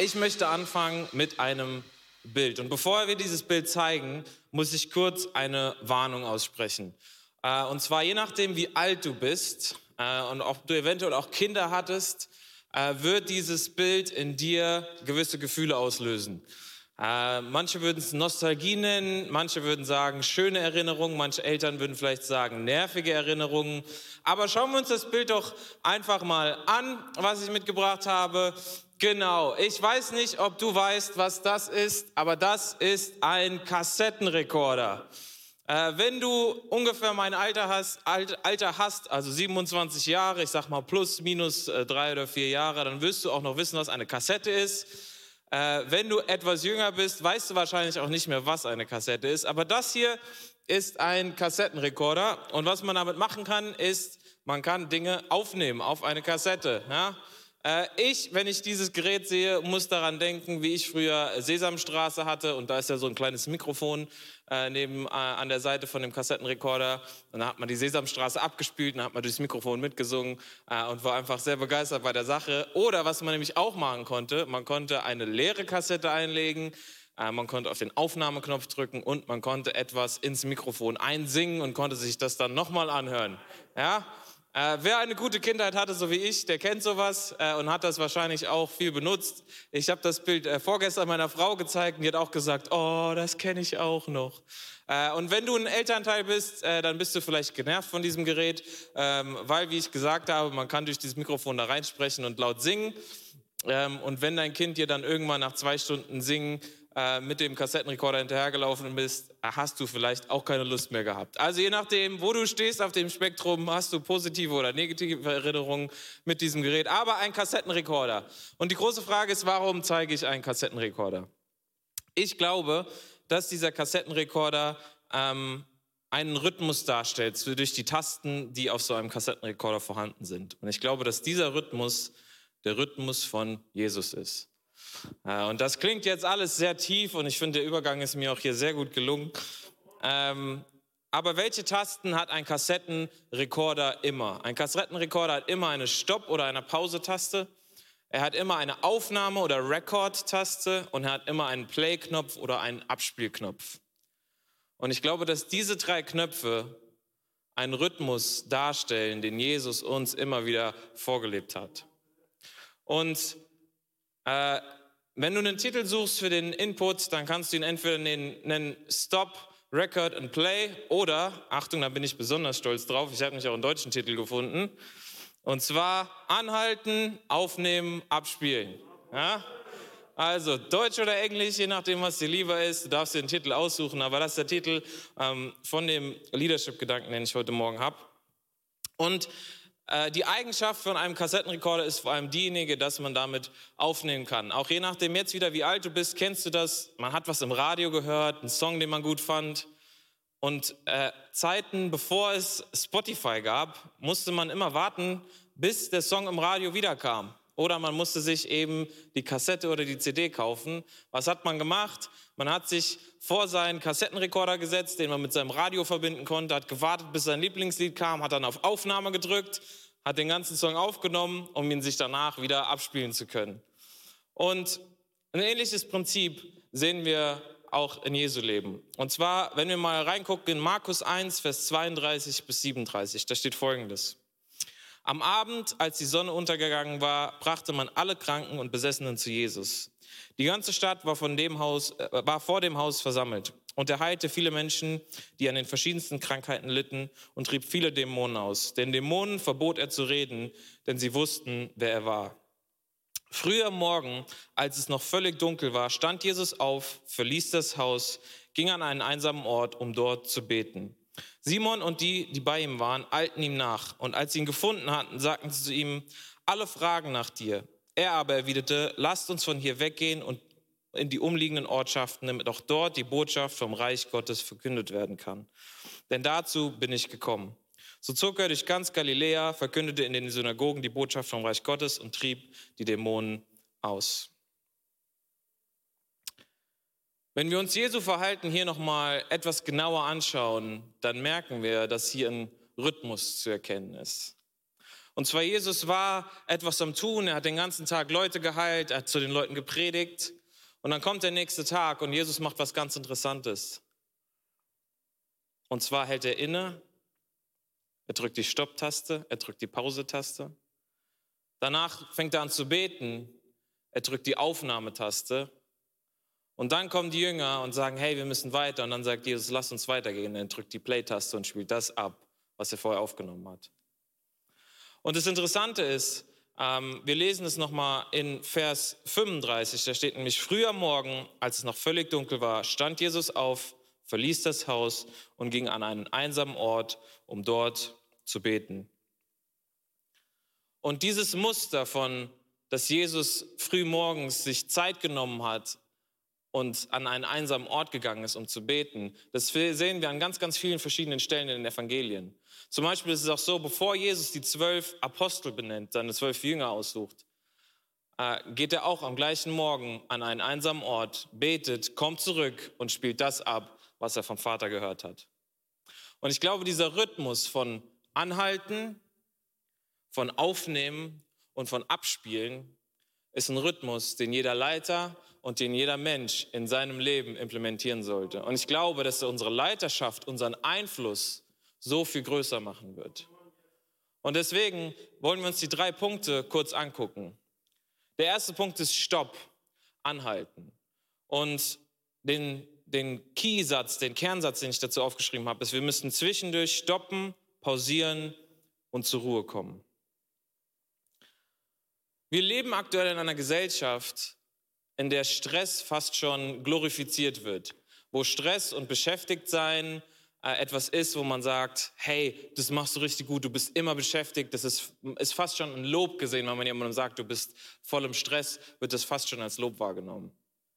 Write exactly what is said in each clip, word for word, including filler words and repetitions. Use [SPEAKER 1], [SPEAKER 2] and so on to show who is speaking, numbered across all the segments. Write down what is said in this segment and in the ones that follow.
[SPEAKER 1] ich möchte anfangen mit einem Bild. Und bevor wir dieses Bild zeigen, muss ich kurz eine Warnung aussprechen. Äh, und zwar je nachdem, wie alt du bist äh, und ob du eventuell auch Kinder hattest, äh, wird dieses Bild in dir gewisse Gefühle auslösen. Äh, manche würden es Nostalgie nennen, manche würden sagen schöne Erinnerungen, manche Eltern würden vielleicht sagen nervige Erinnerungen. Aber schauen wir uns das Bild doch einfach mal an, was ich mitgebracht habe. Genau, ich weiß nicht, ob du weißt, was das ist, aber das ist ein Kassettenrekorder. Äh, wenn du ungefähr mein Alter hast, Alter hast, also siebenundzwanzig Jahre, ich sag mal plus, minus äh, drei oder vier Jahre, dann wirst du auch noch wissen, was eine Kassette ist. Äh, wenn du etwas jünger bist, weißt du wahrscheinlich auch nicht mehr, was eine Kassette ist. Aber das hier ist ein Kassettenrekorder. Und was man damit machen kann, ist, man kann Dinge aufnehmen auf eine Kassette. Ja? Äh, ich, wenn ich dieses Gerät sehe, muss daran denken, wie ich früher Sesamstraße hatte. Und da ist ja so ein kleines Mikrofon äh, neben, äh, an der Seite von dem Kassettenrekorder. Und da hat man die Sesamstraße abgespielt, dann hat man durchs Mikrofon mitgesungen äh, und war einfach sehr begeistert bei der Sache. Oder was man nämlich auch machen konnte, man konnte eine leere Kassette einlegen, äh, man konnte auf den Aufnahmeknopf drücken und man konnte etwas ins Mikrofon einsingen und konnte sich das dann nochmal anhören. Ja? Äh, wer eine gute Kindheit hatte, so wie ich, der kennt sowas äh, und hat das wahrscheinlich auch viel benutzt. Ich habe das Bild äh, vorgestern meiner Frau gezeigt und die hat auch gesagt, oh, das kenne ich auch noch. Äh, und wenn du ein Elternteil bist, äh, dann bist du vielleicht genervt von diesem Gerät, ähm, weil, wie ich gesagt habe, man kann durch dieses Mikrofon da reinsprechen und laut singen. Ähm, und wenn dein Kind dir dann irgendwann nach zwei Stunden Singen äh, mit dem Kassettenrekorder hinterhergelaufen bist, hast du vielleicht auch keine Lust mehr gehabt. Also je nachdem, wo du stehst auf dem Spektrum, hast du positive oder negative Erinnerungen mit diesem Gerät. Aber ein Kassettenrekorder. Und die große Frage ist, warum zeige ich einen Kassettenrekorder? Ich glaube, dass dieser Kassettenrekorder ähm, einen Rhythmus darstellt durch die Tasten, die auf so einem Kassettenrekorder vorhanden sind. Und ich glaube, dass dieser Rhythmus der Rhythmus von Jesus ist. Und das klingt jetzt alles sehr tief und ich finde, der Übergang ist mir auch hier sehr gut gelungen. Ähm, aber welche Tasten hat ein Kassettenrekorder immer? Ein Kassettenrekorder hat immer eine Stopp- oder eine Pause-Taste. Er hat immer eine Aufnahme- oder Record-Taste und er hat immer einen Play-Knopf oder einen Abspielknopf. Und ich glaube, dass diese drei Knöpfe einen Rhythmus darstellen, den Jesus uns immer wieder vorgelebt hat. Und äh, wenn du einen Titel suchst für den Input, dann kannst du ihn entweder nennen Stop, Record and Play oder, Achtung, da bin ich besonders stolz drauf, ich habe nämlich auch einen deutschen Titel gefunden, und zwar anhalten, aufnehmen, abspielen. Ja? Also Deutsch oder Englisch, je nachdem, was dir lieber ist, du darfst dir den Titel aussuchen, aber das ist der Titel ähm, von dem Leadership-Gedanken, den ich heute Morgen habe. Und die Eigenschaft von einem Kassettenrekorder ist vor allem diejenige, dass man damit aufnehmen kann. Auch je nachdem jetzt wieder, wie alt du bist, kennst du das. Man hat was im Radio gehört, einen Song, den man gut fand. Und äh, Zeiten, bevor es Spotify gab, musste man immer warten, bis der Song im Radio wiederkam. Oder man musste sich eben die Kassette oder die C D kaufen. Was hat man gemacht? Man hat sich vor seinen Kassettenrekorder gesetzt, den man mit seinem Radio verbinden konnte, hat gewartet, bis sein Lieblingslied kam, hat dann auf Aufnahme gedrückt, hat den ganzen Song aufgenommen, um ihn sich danach wieder abspielen zu können. Und ein ähnliches Prinzip sehen wir auch in Jesu Leben. Und zwar, wenn wir mal reingucken in Markus eins, Vers zweiunddreißig bis siebenunddreißig, da steht Folgendes. Am Abend, als die Sonne untergegangen war, brachte man alle Kranken und Besessenen zu Jesus. Die ganze Stadt war, von dem Haus, äh, war vor dem Haus versammelt. Und er heilte viele Menschen, die an den verschiedensten Krankheiten litten und trieb viele Dämonen aus. Den Dämonen verbot er zu reden, denn sie wussten, wer er war. Früh am Morgen, als es noch völlig dunkel war, stand Jesus auf, verließ das Haus, ging an einen einsamen Ort, um dort zu beten. Simon und die, die bei ihm waren, eilten ihm nach. Und als sie ihn gefunden hatten, sagten sie zu ihm, alle fragen nach dir. Er aber erwiderte, lasst uns von hier weggehen und in die umliegenden Ortschaften, damit auch dort die Botschaft vom Reich Gottes verkündet werden kann. Denn dazu bin ich gekommen. So zog er durch ganz Galiläa, verkündete in den Synagogen die Botschaft vom Reich Gottes und trieb die Dämonen aus. Wenn wir uns Jesu Verhalten hier nochmal etwas genauer anschauen, dann merken wir, dass hier ein Rhythmus zu erkennen ist. Und zwar Jesus war etwas am Tun, er hat den ganzen Tag Leute geheilt, er hat zu den Leuten gepredigt. Und dann kommt der nächste Tag und Jesus macht was ganz Interessantes. Und zwar hält er inne, er drückt die Stopptaste, er drückt die Pause-Taste. Danach fängt er an zu beten, er drückt die Aufnahmetaste. Und dann kommen die Jünger und sagen, hey, wir müssen weiter. Und dann sagt Jesus, lass uns weitergehen. Er drückt die Play-Taste und spielt das ab, was er vorher aufgenommen hat. Und das Interessante ist, ähm, wir lesen es nochmal in Vers fünfunddreißig, da steht nämlich, früh am Morgen, als es noch völlig dunkel war, stand Jesus auf, verließ das Haus und ging an einen einsamen Ort, um dort zu beten. Und dieses Muster von, dass Jesus früh morgens sich Zeit genommen hat und an einen einsamen Ort gegangen ist, um zu beten, das sehen wir an ganz, ganz vielen verschiedenen Stellen in den Evangelien. Zum Beispiel ist es auch so, bevor Jesus die zwölf Apostel benennt, seine zwölf Jünger aussucht, geht er auch am gleichen Morgen an einen einsamen Ort, betet, kommt zurück und spielt das ab, was er vom Vater gehört hat. Und ich glaube, dieser Rhythmus von Anhalten, von Aufnehmen und von Abspielen ist ein Rhythmus, den jeder Leiter und den jeder Mensch in seinem Leben implementieren sollte. Und ich glaube, dass unsere Leiterschaft, unseren Einfluss so viel größer machen wird. Und deswegen wollen wir uns die drei Punkte kurz angucken. Der erste Punkt ist Stopp, anhalten. Und den, den Keysatz, den Kernsatz, den ich dazu aufgeschrieben habe, ist, wir müssen zwischendurch stoppen, pausieren und zur Ruhe kommen. Wir leben aktuell in einer Gesellschaft, in der Stress fast schon glorifiziert wird, wo Stress und Beschäftigtsein äh, etwas ist, wo man sagt, hey, das machst du richtig gut, du bist immer beschäftigt, das ist, ist fast schon ein Lob gesehen, wenn man jemandem sagt, du bist voll im Stress, wird das fast schon als Lob wahrgenommen.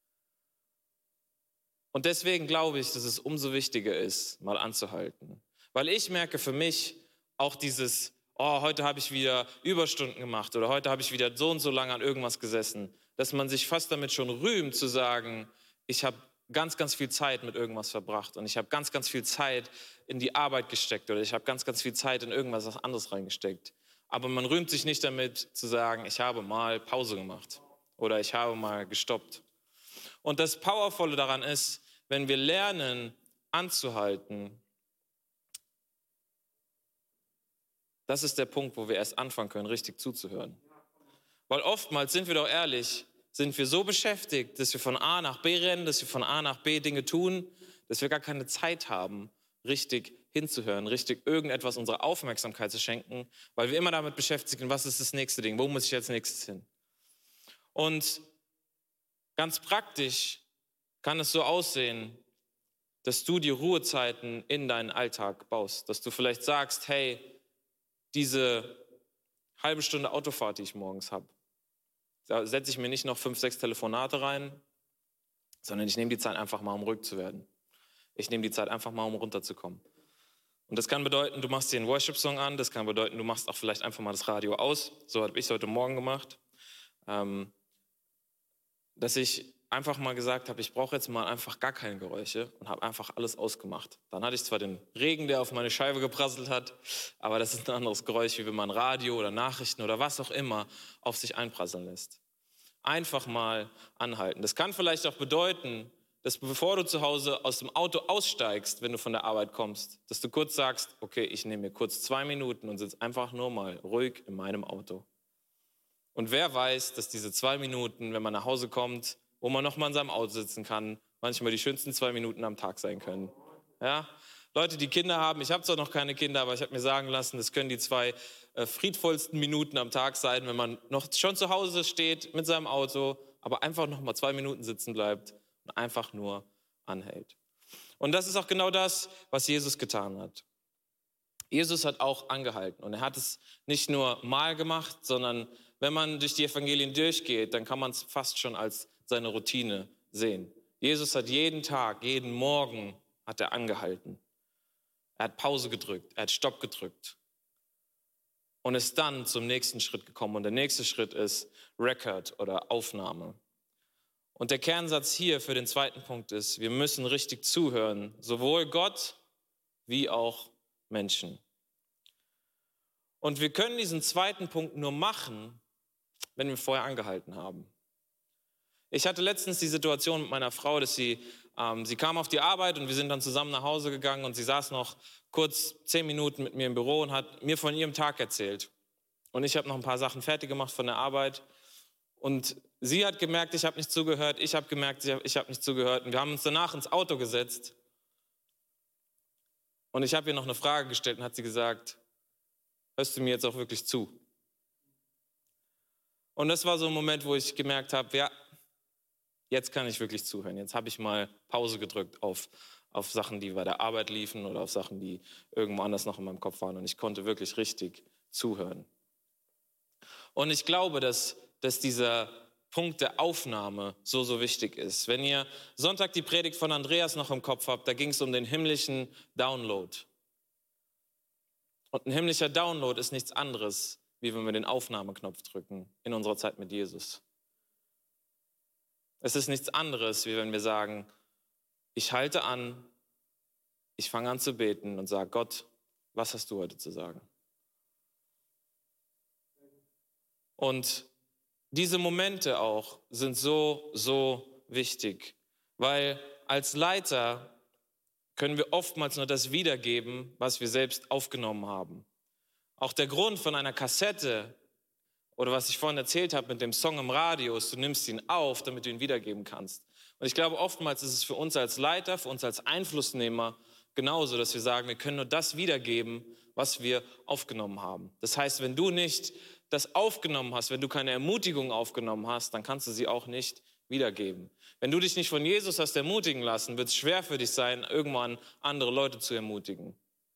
[SPEAKER 1] Und deswegen glaube ich, dass es umso wichtiger ist, mal anzuhalten. Weil ich merke für mich auch dieses, oh, heute habe ich wieder Überstunden gemacht oder heute habe ich wieder so und so lange an irgendwas gesessen, dass man sich fast damit schon rühmt zu sagen, ich habe ganz, ganz viel Zeit mit irgendwas verbracht und ich habe ganz, ganz viel Zeit in die Arbeit gesteckt oder ich habe ganz, ganz viel Zeit in irgendwas anderes reingesteckt. Aber man rühmt sich nicht damit zu sagen, ich habe mal Pause gemacht oder ich habe mal gestoppt. Und das Powervolle daran ist, wenn wir lernen, anzuhalten, das ist der Punkt, wo wir erst anfangen können, richtig zuzuhören. Weil oftmals, sind wir doch ehrlich, sind wir so beschäftigt, dass wir von A nach B rennen, dass wir von A nach B Dinge tun, dass wir gar keine Zeit haben, richtig hinzuhören, richtig irgendetwas unserer Aufmerksamkeit zu schenken, weil wir immer damit beschäftigt sind, was ist das nächste Ding, wo muss ich jetzt nächstes hin? Und ganz praktisch kann es so aussehen, dass du die Ruhezeiten in deinen Alltag baust, dass du vielleicht sagst, hey, diese halbe Stunde Autofahrt, die ich morgens habe, da setze ich mir nicht noch fünf, sechs Telefonate rein, sondern ich nehme die Zeit einfach mal, um ruhig zu werden. Ich nehme die Zeit einfach mal, um runterzukommen. Und das kann bedeuten, du machst dir einen Worship-Song an, das kann bedeuten, du machst auch vielleicht einfach mal das Radio aus. So habe ich es heute Morgen gemacht. Ähm, dass ich einfach mal gesagt habe, ich brauche jetzt mal einfach gar keine Geräusche und habe einfach alles ausgemacht. Dann hatte ich zwar den Regen, der auf meine Scheibe geprasselt hat, aber das ist ein anderes Geräusch, wie wenn man Radio oder Nachrichten oder was auch immer auf sich einprasseln lässt. Einfach mal anhalten. Das kann vielleicht auch bedeuten, dass bevor du zu Hause aus dem Auto aussteigst, wenn du von der Arbeit kommst, dass du kurz sagst, okay, ich nehme mir kurz zwei Minuten und sitze einfach nur mal ruhig in meinem Auto. Und wer weiß, dass diese zwei Minuten, wenn man nach Hause kommt, wo man noch mal in seinem Auto sitzen kann, manchmal die schönsten zwei Minuten am Tag sein können. Ja? Leute, die Kinder haben, ich habe zwar noch keine Kinder, aber ich habe mir sagen lassen, das können die zwei äh, friedvollsten Minuten am Tag sein, wenn man noch schon zu Hause steht mit seinem Auto, aber einfach noch mal zwei Minuten sitzen bleibt und einfach nur anhält. Und das ist auch genau das, was Jesus getan hat. Jesus hat auch angehalten und er hat es nicht nur mal gemacht, sondern wenn man durch die Evangelien durchgeht, dann kann man es fast schon als seine Routine sehen. Jesus hat jeden Tag, jeden Morgen hat er angehalten. Er hat Pause gedrückt, er hat Stopp gedrückt und ist dann zum nächsten Schritt gekommen. Und der nächste Schritt ist Record oder Aufnahme. Und der Kernsatz hier für den zweiten Punkt ist, wir müssen richtig zuhören, sowohl Gott wie auch Menschen. Und wir können diesen zweiten Punkt nur machen, wenn wir vorher angehalten haben. Ich hatte letztens die Situation mit meiner Frau, dass sie, ähm, sie kam auf die Arbeit und wir sind dann zusammen nach Hause gegangen und sie saß noch kurz zehn Minuten mit mir im Büro und hat mir von ihrem Tag erzählt. Und ich habe noch ein paar Sachen fertig gemacht von der Arbeit. Und sie hat gemerkt, ich habe nicht zugehört, ich habe gemerkt, ich habe ich hab nicht zugehört. Und wir haben uns danach ins Auto gesetzt. Und ich habe ihr noch eine Frage gestellt und hat sie gesagt, hörst du mir jetzt auch wirklich zu? Und das war so ein Moment, wo ich gemerkt habe, ja, jetzt kann ich wirklich zuhören. Jetzt habe ich mal Pause gedrückt auf, auf Sachen, die bei der Arbeit liefen oder auf Sachen, die irgendwo anders noch in meinem Kopf waren. Und ich konnte wirklich richtig zuhören. Und ich glaube, dass, dass dieser Punkt der Aufnahme so, so wichtig ist. Wenn ihr Sonntag die Predigt von Andreas noch im Kopf habt, da ging es um den himmlischen Download. Und ein himmlischer Download ist nichts anderes, wie wenn wir den Aufnahmeknopf drücken in unserer Zeit mit Jesus. Es ist nichts anderes, wie wenn wir sagen, ich halte an, ich fange an zu beten und sage, Gott, was hast du heute zu sagen? Und diese Momente auch sind so, so wichtig, weil als Leiter können wir oftmals nur das wiedergeben, was wir selbst aufgenommen haben. Auch der Grund von einer Kassette oder was ich vorhin erzählt habe mit dem Song im Radio, ist, du nimmst ihn auf, damit du ihn wiedergeben kannst. Und ich glaube, oftmals ist es für uns als Leiter, für uns als Einflussnehmer genauso, dass wir sagen, wir können nur das wiedergeben, was wir aufgenommen haben. Das heißt, wenn du nicht das aufgenommen hast, wenn du keine Ermutigung aufgenommen hast, dann kannst du sie auch nicht wiedergeben. Wenn du dich nicht von Jesus hast ermutigen lassen, wird es schwer für dich sein, irgendwann andere Leute zu ermutigen.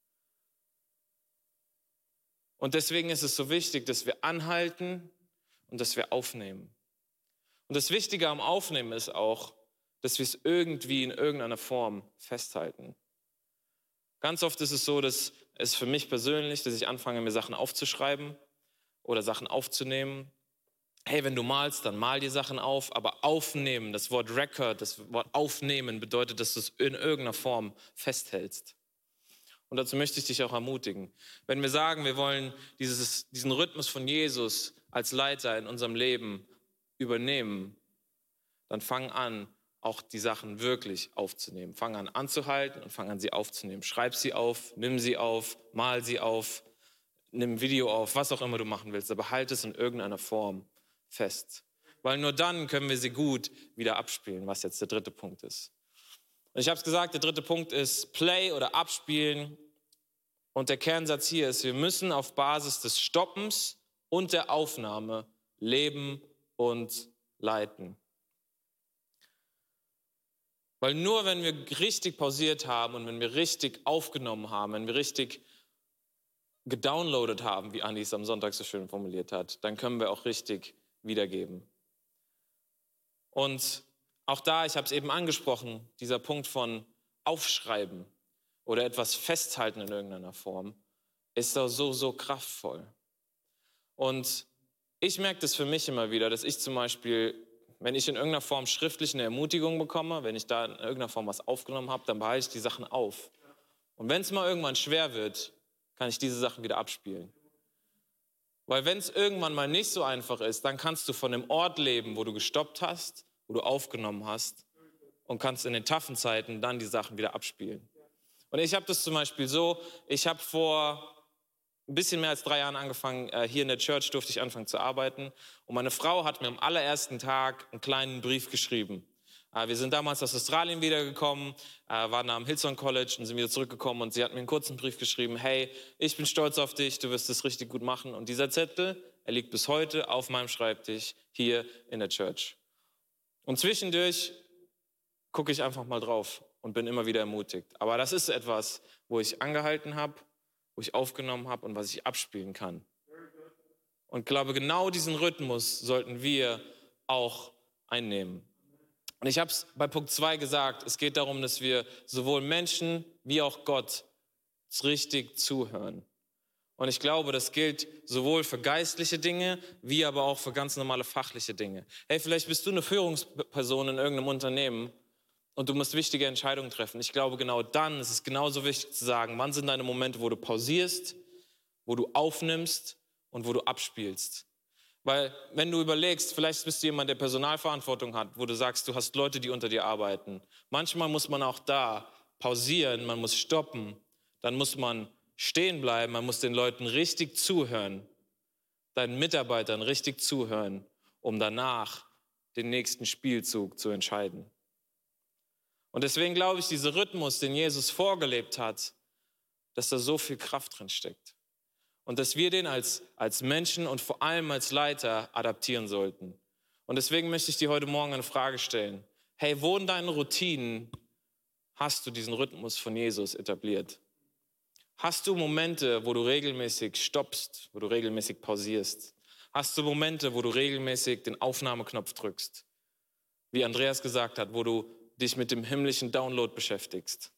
[SPEAKER 1] Und deswegen ist es so wichtig, dass wir anhalten und dass wir aufnehmen. Und das Wichtige am Aufnehmen ist auch, dass wir es irgendwie in irgendeiner Form festhalten. Ganz oft ist es so, dass es für mich persönlich, dass ich anfange, mir Sachen aufzuschreiben oder Sachen aufzunehmen. Hey, wenn du malst, dann mal die Sachen auf, aber aufnehmen, das Wort Record, das Wort aufnehmen bedeutet, dass du es in irgendeiner Form festhältst. Und dazu möchte ich dich auch ermutigen. Wenn wir sagen, wir wollen dieses, diesen Rhythmus von Jesus als Leiter in unserem Leben übernehmen, dann fang an, auch die Sachen wirklich aufzunehmen. Fang an anzuhalten und fang an, sie aufzunehmen. Schreib sie auf, nimm sie auf, mal sie auf, nimm ein Video auf, was auch immer du machen willst, aber halt es in irgendeiner Form fest. Weil nur dann können wir sie gut wieder abspielen, was jetzt der dritte Punkt ist. Und ich habe es gesagt, der dritte Punkt ist Play oder Abspielen. Und der Kernsatz hier ist, wir müssen auf Basis des Stoppens und der Aufnahme leben und leiten. Weil nur wenn wir richtig pausiert haben und wenn wir richtig aufgenommen haben, wenn wir richtig gedownloadet haben, wie Andi es am Sonntag so schön formuliert hat, dann können wir auch richtig wiedergeben. Und auch da, ich habe es eben angesprochen, dieser Punkt von Aufschreiben oder etwas festhalten in irgendeiner Form, ist da so, so kraftvoll. Und ich merke das für mich immer wieder, dass ich zum Beispiel, wenn ich in irgendeiner Form schriftlich eine Ermutigung bekomme, wenn ich da in irgendeiner Form was aufgenommen habe, dann behalte ich die Sachen auf. Und wenn es mal irgendwann schwer wird, kann ich diese Sachen wieder abspielen. Weil wenn es irgendwann mal nicht so einfach ist, dann kannst du von dem Ort leben, wo du gestoppt hast, wo du aufgenommen hast und kannst in den taffen Zeiten dann die Sachen wieder abspielen. Und ich habe das zum Beispiel so, ich habe vor ein bisschen mehr als drei Jahren angefangen, hier in der Church durfte ich anfangen zu arbeiten. Und meine Frau hat mir am allerersten Tag einen kleinen Brief geschrieben. Wir sind damals aus Australien wiedergekommen, waren am Hillsong College und sind wieder zurückgekommen. Und sie hat mir einen kurzen Brief geschrieben, hey, ich bin stolz auf dich, du wirst es richtig gut machen. Und dieser Zettel, er liegt bis heute auf meinem Schreibtisch hier in der Church. Und zwischendurch gucke ich einfach mal drauf und bin immer wieder ermutigt. Aber das ist etwas, wo ich angehalten habe, wo ich aufgenommen habe und was ich abspielen kann. Und glaube, genau diesen Rhythmus sollten wir auch einnehmen. Und ich habe es bei Punkt zwei gesagt, es geht darum, dass wir sowohl Menschen wie auch Gott richtig zuhören. Und ich glaube, das gilt sowohl für geistliche Dinge, wie aber auch für ganz normale fachliche Dinge. Hey, vielleicht bist du eine Führungsperson in irgendeinem Unternehmen und du musst wichtige Entscheidungen treffen. Ich glaube, genau dann ist es genauso wichtig zu sagen, wann sind deine Momente, wo du pausierst wo du aufnimmst und wo du abspielst. Weil wenn du überlegst, vielleicht bist du jemand, der Personalverantwortung hat, wo du sagst, du hast Leute, die unter dir arbeiten. Manchmal muss man auch da pausieren, man muss stoppen, dann muss man stehen bleiben, man muss den Leuten richtig zuhören, deinen Mitarbeitern richtig zuhören, um danach den nächsten Spielzug zu entscheiden. Und deswegen glaube ich, dieser Rhythmus, den Jesus vorgelebt hat, dass da so viel Kraft drin steckt. Und dass wir den als, als Menschen und vor allem als Leiter adaptieren sollten. Und deswegen möchte ich dir heute Morgen eine Frage stellen. Hey, wo in deinen Routinen hast du diesen Rhythmus von Jesus etabliert? Hast du Momente, wo du regelmäßig stoppst, wo du regelmäßig pausierst? Hast du Momente, wo du regelmäßig den Aufnahmeknopf drückst? Wie Andreas gesagt hat, wo du dich mit dem himmlischen Download beschäftigst.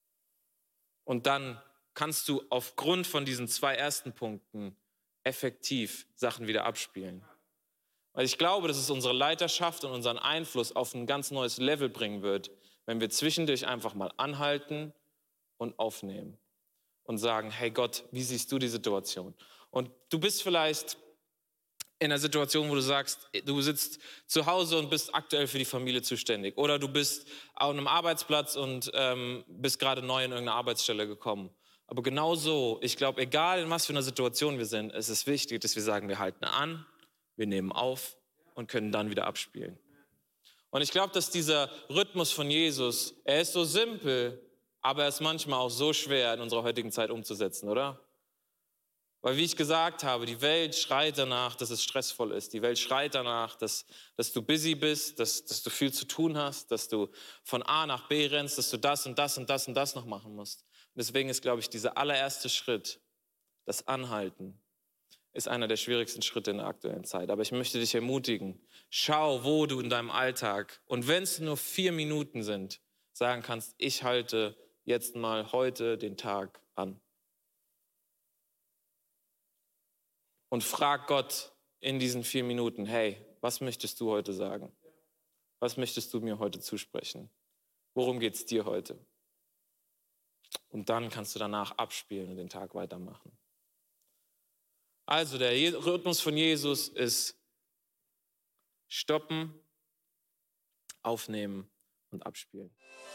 [SPEAKER 1] Und dann kannst du aufgrund von diesen zwei ersten Punkten effektiv Sachen wieder abspielen. Weil ich glaube, dass es unsere Leiterschaft und unseren Einfluss auf ein ganz neues Level bringen wird, wenn wir zwischendurch einfach mal anhalten und aufnehmen und sagen, hey Gott, wie siehst du die Situation? Und du bist vielleicht in einer Situation, wo du sagst, du sitzt zu Hause und bist aktuell für die Familie zuständig. Oder du bist auf einem Arbeitsplatz und ähm, bist gerade neu in irgendeine Arbeitsstelle gekommen. Aber genau so, ich glaube, egal in was für einer Situation wir sind, es ist wichtig, dass wir sagen, wir halten an, wir nehmen auf und können dann wieder abspielen. Und ich glaube, dass dieser Rhythmus von Jesus, er ist so simpel, aber er ist manchmal auch so schwer in unserer heutigen Zeit umzusetzen, oder? Weil wie ich gesagt habe, die Welt schreit danach, dass es stressvoll ist. Die Welt schreit danach, dass, dass du busy bist, dass, dass du viel zu tun hast, dass du von A nach B rennst, dass du das und das und das und das noch machen musst. Und deswegen ist, glaube ich, dieser allererste Schritt, das Anhalten, ist einer der schwierigsten Schritte in der aktuellen Zeit. Aber ich möchte dich ermutigen, schau, wo du in deinem Alltag, und wenn es nur vier Minuten sind, sagen kannst, ich halte jetzt mal heute den Tag an. Und frag Gott in diesen vier Minuten, hey, was möchtest du heute sagen? Was möchtest du mir heute zusprechen? Worum geht es dir heute? Und dann kannst du danach abspielen und den Tag weitermachen. Also der Rhythmus von Jesus ist stoppen, aufnehmen und abspielen.